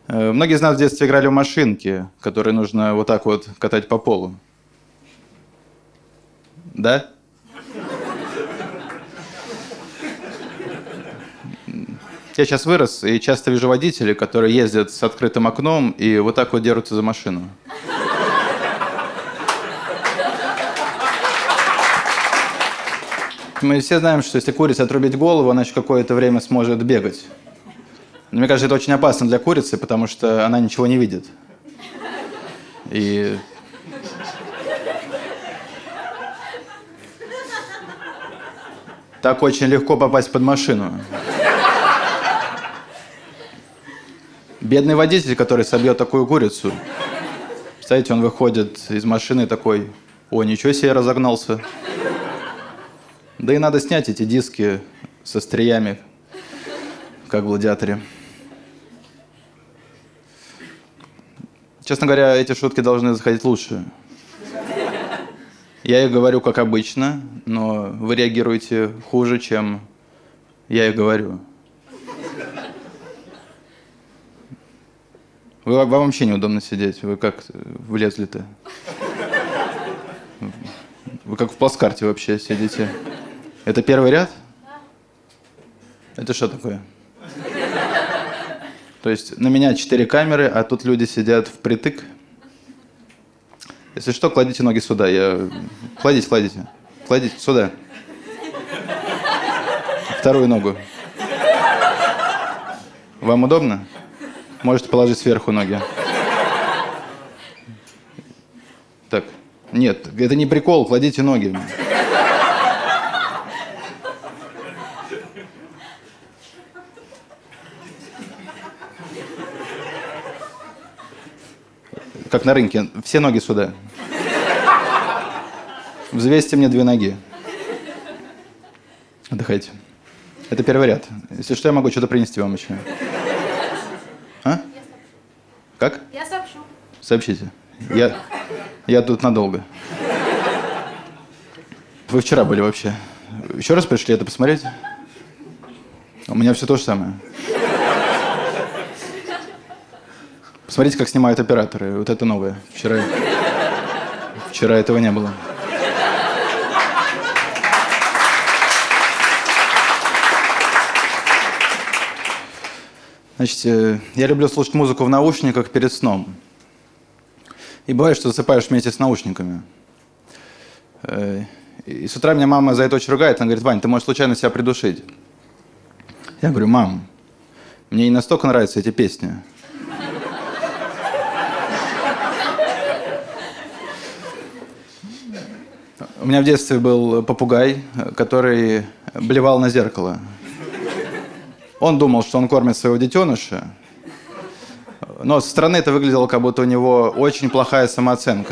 Многие из нас в детстве играли в машинки, которые нужно вот так вот катать по полу. Да? Я сейчас вырос и часто вижу водителей, которые ездят с открытым окном и вот так вот держатся за машину. Мы все знаем, что если курице отрубить голову, она еще какое-то время сможет бегать. Но мне кажется, это очень опасно для курицы, потому что она ничего не видит. И так очень легко попасть под машину. Бедный водитель, который собьет такую курицу. Представляете, он выходит из машины такой: о, ничего себе, я разогнался. Да и надо снять эти диски со остриями, как в «Гладиаторе». Честно говоря, эти шутки должны заходить лучше. Я их говорю как обычно, но вы реагируете хуже, чем я их говорю. Вам вообще неудобно сидеть. Вы как влезли-то? Вы как в плацкарте вообще сидите. Это первый ряд? Да. Это что такое? То есть на меня 4 камеры, а тут люди сидят впритык. Если что, кладите ноги сюда. Кладите. Кладите сюда. Вторую ногу. Вам удобно? Можете положить сверху ноги. Так. Нет, это не прикол, кладите ноги. Как на рынке. Все ноги сюда. Взвесьте мне 2 ноги. Отдыхайте. Это первый ряд. Если что, я могу что-то принести вам еще. А? Как? Я сообщу. Сообщите. Я тут надолго. Вы вчера были вообще. Еще раз пришли это посмотреть? У меня все то же самое. Посмотрите, как снимают операторы. Вот это новое. Вчера этого не было. Значит, я люблю слушать музыку в наушниках перед сном. И бывает, что засыпаешь вместе с наушниками. И с утра меня мама за это очень ругает. Она говорит: Вань, ты можешь случайно себя придушить. Я говорю: мам, мне не настолько нравятся эти песни. У меня в детстве был попугай, который блевал на зеркало. Он думал, что он кормит своего детеныша, но со стороны это выглядело, как будто у него очень плохая самооценка.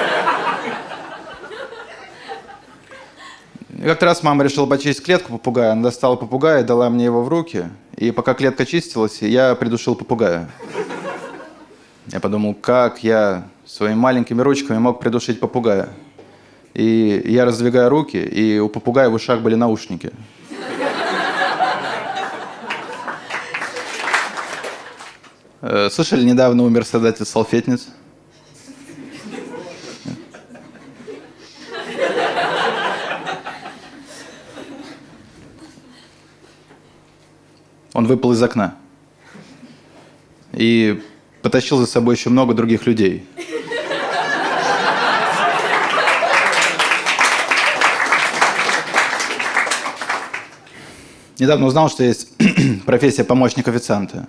И как-то раз мама решила почистить клетку попугая. Она достала попугая, дала мне его в руки, и пока клетка чистилась, я придушил попугая. Я подумал, как я своими маленькими ручками мог придушить попугая. И я раздвигаю руки, и у попугая в ушах были наушники. Слышали, недавно умер создатель салфетниц? Он выпал из окна и потащил за собой еще много других людей. Недавно узнал, что есть профессия помощник официанта.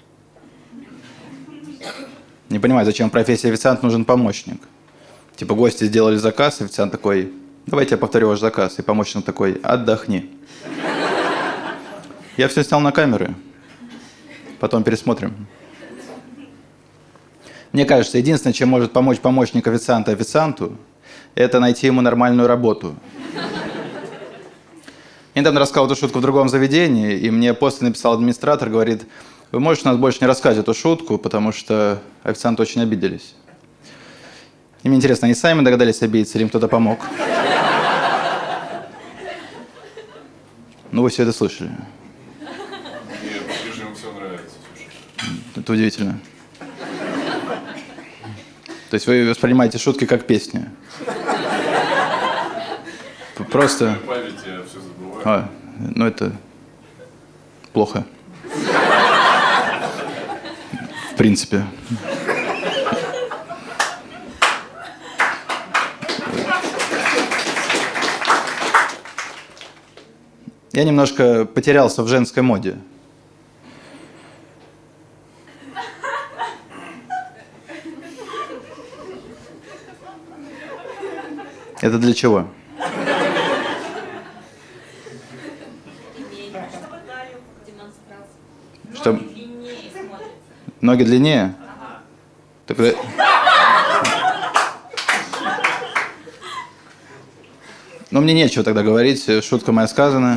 Не понимаю, зачем в профессии официант нужен помощник. Типа гости сделали заказ, официант такой: давайте я повторю ваш заказ. И помощник такой: отдохни. Я все снял на камеры. Потом пересмотрим. Мне кажется, единственное, чем может помочь помощник официанта официанту, это найти ему нормальную работу. Я недавно рассказал эту шутку в другом заведении, и мне после написал администратор, говорит: вы можете нас больше не рассказывать эту шутку, потому что официанты очень обиделись. И мне интересно, они сами догадались обидеться или им кто-то помог? Ну, вы все это слышали. Мне по-прежнему все нравится. Это удивительно. То есть вы воспринимаете шутки как песни? Просто... Ну это плохо. В принципе. Я немножко потерялся в женской моде. Это для чего? Чтобы ноги длиннее? Тогда... Ну, мне нечего тогда говорить, шутка моя сказана.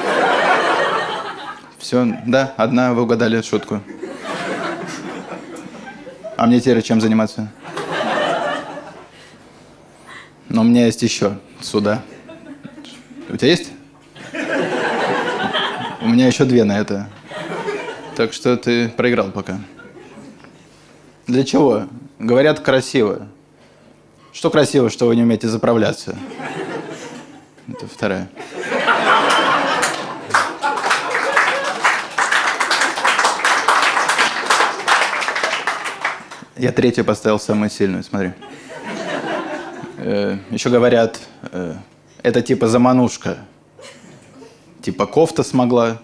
Все, да, одна, вы угадали шутку. А мне теперь чем заниматься? Но у меня есть еще суда. У тебя есть? У меня еще 2 на это. Так что ты проиграл пока. Для чего? Говорят, красиво. Что красиво, что вы не умеете заправляться? Это 2. Я 3 поставил, самую сильную, смотри. Еще говорят, это типа заманушка. Типа кофта смогла.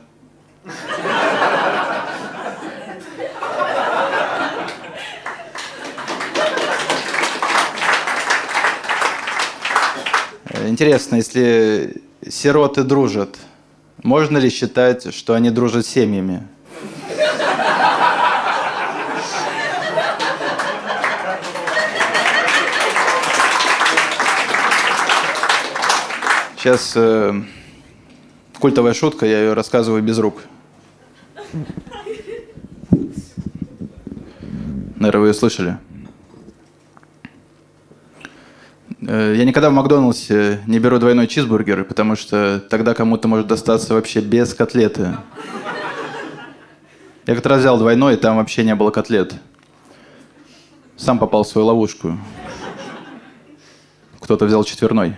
Интересно, если сироты дружат, можно ли считать, что они дружат с семьями? Сейчас культовая шутка, я ее рассказываю без рук. Наверное, вы ее слышали. Я никогда в Макдональдсе не беру двойной чизбургер, потому что тогда кому-то может достаться вообще без котлеты. Я как-то раз взял двойной, и там вообще не было котлет. Сам попал в свою ловушку. Кто-то взял 4.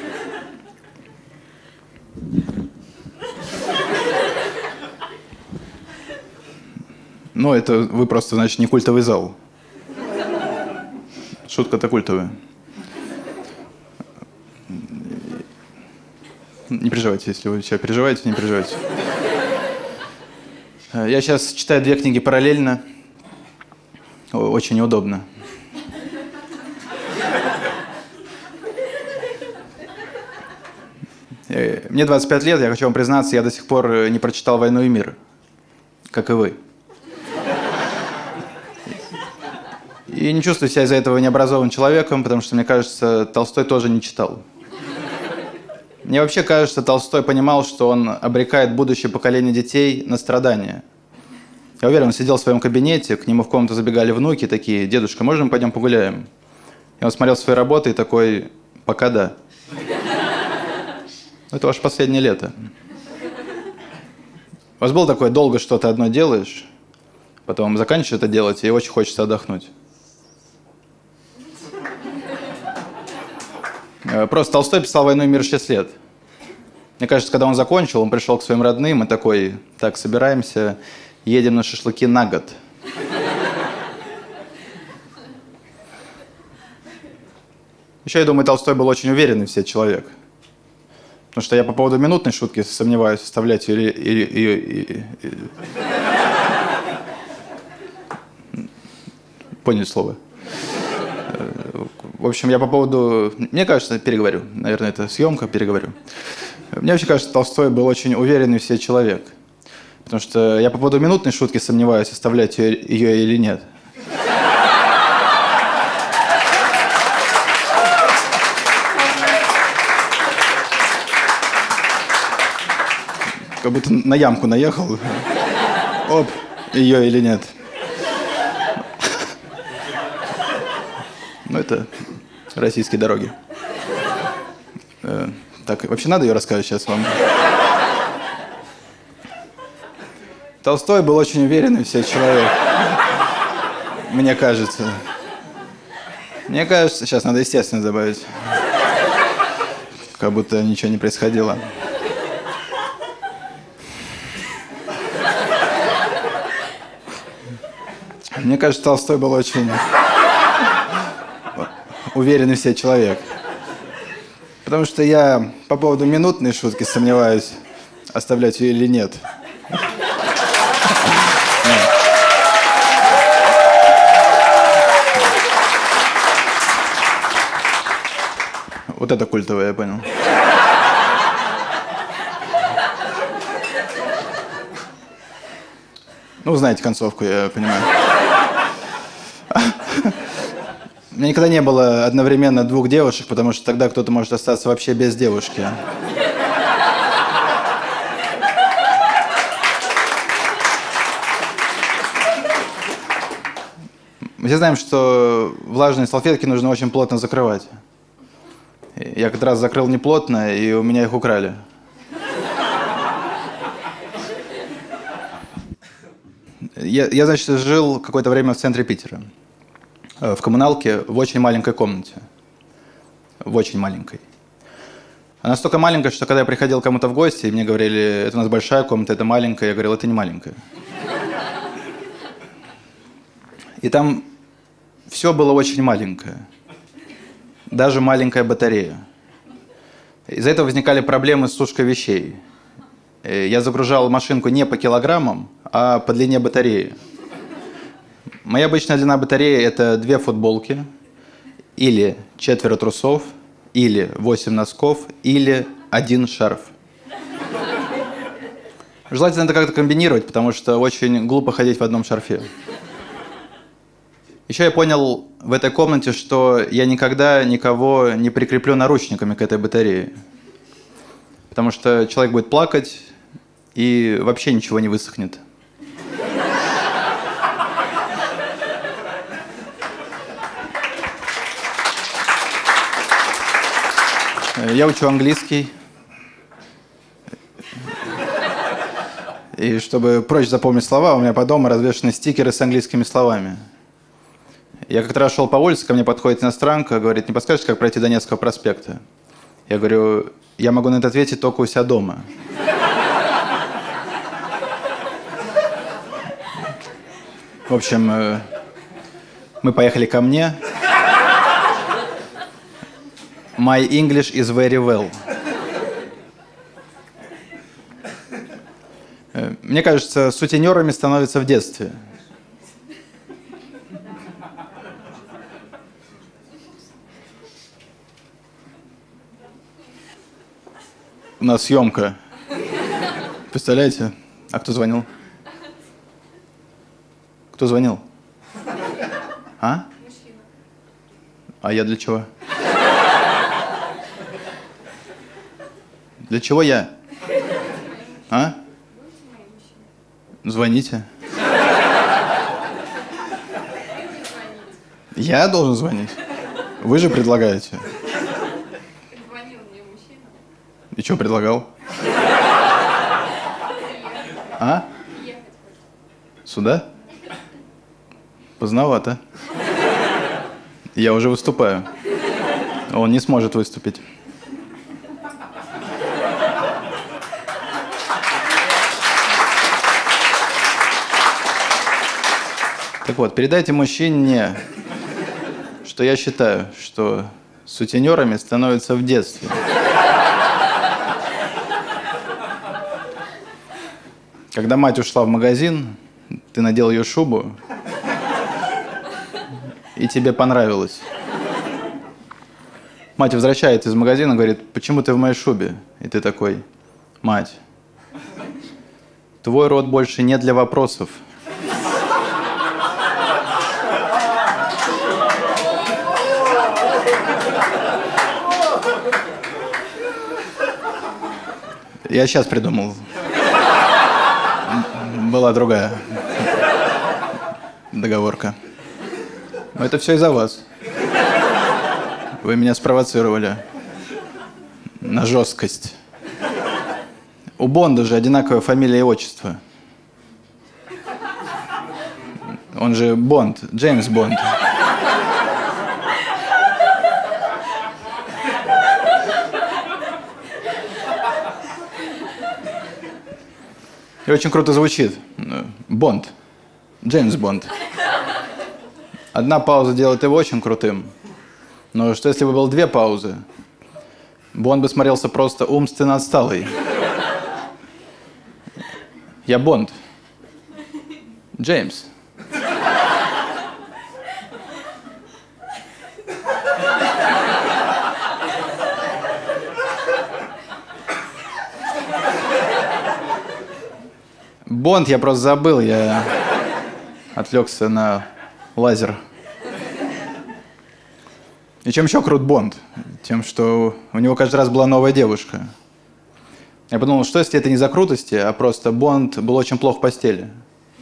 Ну, это вы просто, значит, не культовый зал. Шутка-то культовая. Не переживайте, если вы себя переживаете, не переживайте. Я сейчас читаю 2 книги параллельно. Очень неудобно. Мне 25 лет, я хочу вам признаться, я до сих пор не прочитал «Войну и мир», как и вы. И не чувствую себя из-за этого необразованным человеком, потому что, мне кажется, Толстой тоже не читал. Мне вообще кажется, Толстой понимал, что он обрекает будущее поколение детей на страдания. Я уверен, он сидел в своем кабинете, к нему в комнату забегали внуки такие: «Дедушка, можно мы пойдем погуляем?» И он смотрел свои работы и такой: «Пока да». Это ваше последнее лето. У вас было такое, долго что-то одно делаешь, потом заканчиваешь это делать, и очень хочется отдохнуть? Просто Толстой писал «Войну и мир» 6 лет. Мне кажется, когда он закончил, он пришел к своим родным и такой: «Так, собираемся, едем на шашлыки на год». Еще, я думаю, Толстой был очень уверенный в себе человек. Потому что я по поводу минутной шутки сомневаюсь, вставлять ее или... Поняли слово? В общем, я по поводу... Мне кажется, переговорю. Наверное, это съемка, переговорю. Мне вообще кажется, Толстой был очень уверенный в себе человек. Потому что я по поводу минутной шутки сомневаюсь, оставлять ее или нет. Как будто на ямку наехал. Оп, ее или нет. Ну, это российские дороги. Так, вообще надо ее рассказать сейчас вам? Толстой был очень уверенный в себе человек. Мне кажется. Мне кажется, сейчас надо естественно добавить. Как будто ничего не происходило. Мне кажется, Толстой был очень уверенный в себе человек. Потому что я по поводу минутной шутки сомневаюсь, оставлять ее или нет. Вот это культовое, я понял. Ну, знаете концовку, я понимаю. У меня никогда не было одновременно двух девушек, потому что тогда кто-то может остаться вообще без девушки. Мы все знаем, что влажные салфетки нужно очень плотно закрывать. Я как раз закрыл неплотно, и у меня их украли. Я, значит, жил какое-то время в центре Питера. В коммуналке в очень маленькой комнате. В очень маленькой. Она настолько маленькая, что когда я приходил к кому-то в гости, и мне говорили, это у нас большая комната, это маленькая, я говорил, это не маленькая. И там все было очень маленькое. Даже маленькая батарея. Из-за этого возникали проблемы с сушкой вещей. Я загружал машинку не по килограммам, а по длине батареи. Моя обычная длина батареи – это 2 футболки, или 4 трусов, или 8 носков, или 1 шарф. Желательно это как-то комбинировать, потому что очень глупо ходить в одном шарфе. Еще я понял в этой комнате, что я никогда никого не прикреплю наручниками к этой батарее. Потому что человек будет плакать, и вообще ничего не высохнет. Я учу английский. И чтобы проще запомнить слова, у меня по дому развешаны стикеры с английскими словами. Я как-то раз шел по улице, ко мне подходит иностранка, говорит, не подскажете, как пройти до Невского проспекта? Я говорю, я могу на это ответить только у себя дома. В общем, мы поехали ко мне. My English is very well. Мне кажется, сутенерами становятся в детстве. У нас съемка. Представляете? А кто звонил? Кто звонил? А? А я для чего? Для чего я? А? Звоните. Я должен звонить? Вы же предлагаете. Звонил мне мужчина. И что предлагал? А? Сюда? Поздновато. Я уже выступаю. Он не сможет выступить. Так вот, передайте мужчине, что я считаю, что сутенерами становятся в детстве. Когда мать ушла в магазин, ты надел ее шубу, и тебе понравилось. Мать возвращается из магазина, говорит, почему ты в моей шубе? И ты такой, мать, твой рот больше не для вопросов. Я сейчас придумал. Была другая договорка. Но это все из-за вас. Вы меня спровоцировали на жесткость. У Бонда же одинаковая фамилия и отчество. Он же Бонд, Джеймс Бонд. И очень круто звучит. Бонд. Джеймс Бонд. Одна пауза делает его очень крутым. Но что если бы было две паузы? Бонд бы смотрелся просто умственно отсталый. Я Бонд. Джеймс. Бонд я просто забыл, я отвлекся на лазер. И чем еще крут Бонд? Тем, что у него каждый раз была новая девушка. Я подумал, что если это не за крутости, а просто Бонд был очень плох в постели.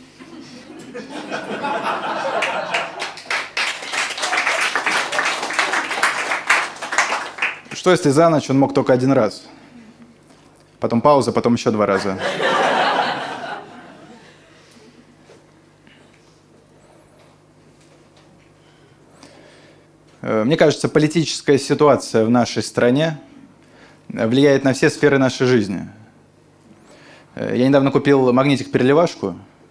Что если за ночь он мог только один раз? Потом пауза, потом еще 2 раза. Мне кажется, политическая ситуация в нашей стране влияет на все сферы нашей жизни. Я недавно купил магнитик-переливашку,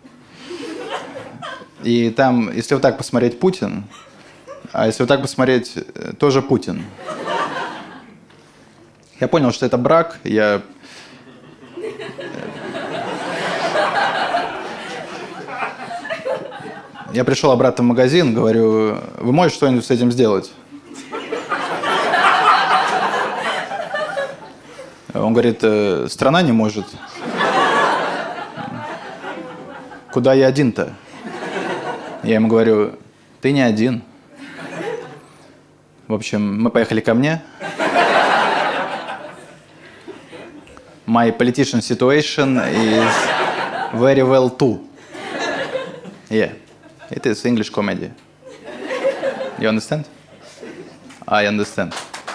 и там, если вот так посмотреть, Путин, а если вот так посмотреть, тоже Путин. Я понял, что это брак, я пришел обратно в магазин, говорю, вы можете что-нибудь с этим сделать? Он говорит, страна не может. Куда я один-то? Я ему говорю, ты не один. В общем, мы поехали ко мне. My politician situation is very well too. Yeah. It is English comedy. You understand? I understand.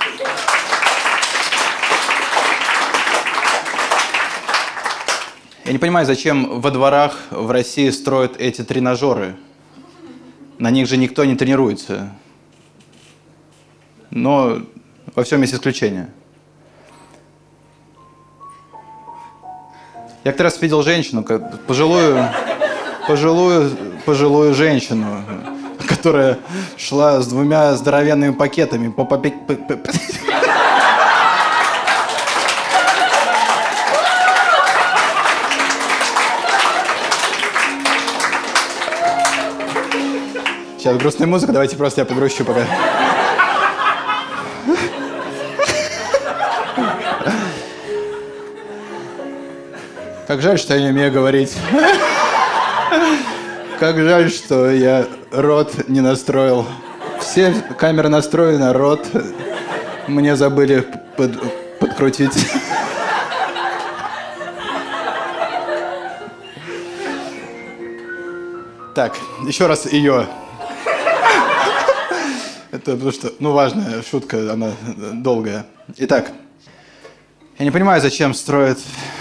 Я не понимаю, зачем во дворах в России строят эти тренажеры. На них же никто не тренируется. Но во всем есть исключение. Я как-то раз видел женщину, пожилую женщину, которая шла с 2 здоровенными пакетами Сейчас грустная музыка, давайте просто я погрущу пока. Как жаль, что я не умею говорить. Как жаль, что я рот не настроил. Все камеры настроены, а рот мне забыли подкрутить. Так, еще раз ее. Это потому что, важная шутка, она долгая. Итак, я не понимаю, зачем строят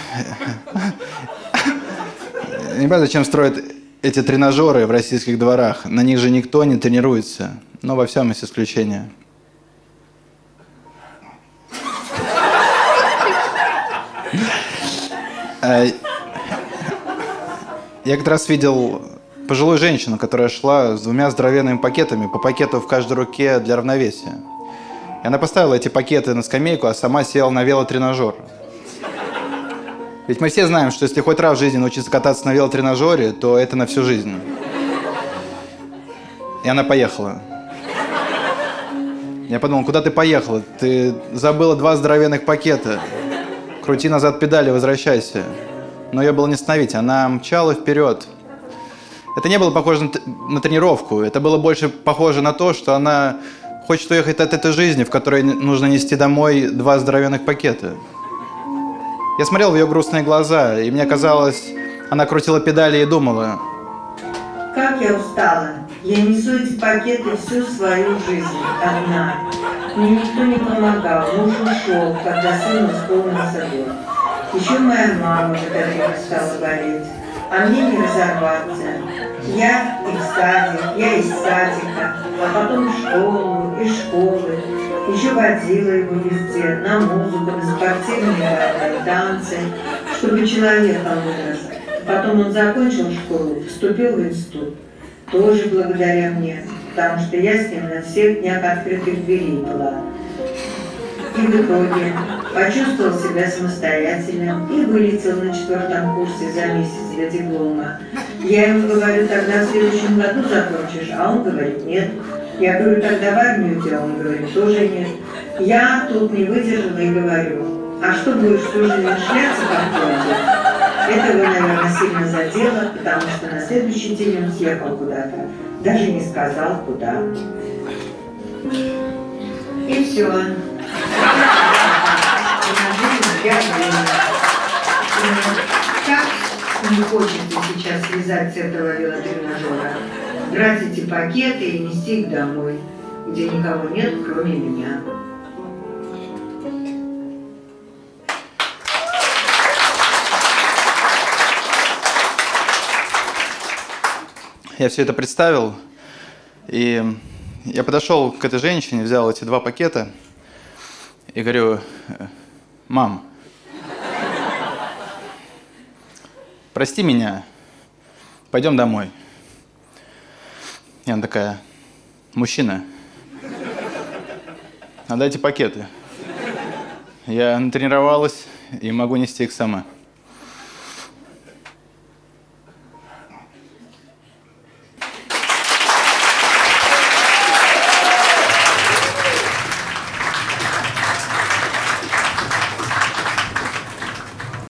эти тренажеры в российских дворах. На них же никто не тренируется. Но во всем есть исключения. Я как раз видел пожилую женщину, которая шла с 2 здоровенными пакетами, по пакету в каждой руке для равновесия. И она поставила эти пакеты на скамейку, а сама села на велотренажер. Ведь мы все знаем, что если хоть раз в жизни научиться кататься на велотренажере, то это на всю жизнь. И она поехала. Я подумал, куда ты поехала? Ты забыла 2 здоровенных пакета. Крути назад педали, возвращайся. Но ее было не остановить, она мчала вперед. Это не было похоже на тренировку, это было больше похоже на то, что она хочет уехать от этой жизни, в которой нужно нести домой 2 здоровенных пакета. Я смотрел в ее грустные глаза, и мне казалось, она крутила педали и думала. Как я устала. Я несу эти пакеты всю свою жизнь, одна. Мне никто не помогал, муж ушел, когда сын исполнился год. Еще моя мама в это время стала болеть, а мне не разорваться. Я и в садик, я из садика, а потом в школу, из школы. Еще водила его везде, на музыку, на спортивные танцы, чтобы человеком вырос. Потом он закончил школу, поступил в институт. Тоже благодаря мне, потому что я с ним на всех днях открытых дверей была. И в итоге почувствовал себя самостоятельным и вылетел на 4-м курсе за месяц до диплома. Я ему говорю, тогда в следующем году закончишь, а он говорит, нет. Я говорю, тогда в армию идти, а он говорит, тоже нет. Я тут не выдержала и говорю, а что будешь всю жизнь шляться как поезд? Это его, наверное, сильно задело, потому что на следующий день он съехал куда-то, даже не сказал, куда. И все. Как не хочется сейчас слезать с этого велотренажера, брать эти пакеты и нести их домой, где никого нет, кроме меня. Я все это представил, и я подошел к этой женщине, взял эти 2 пакета и говорю, мам, прости меня, пойдем домой. И она такая, мужчина, отдайте пакеты. Я натренировалась и могу нести их сама.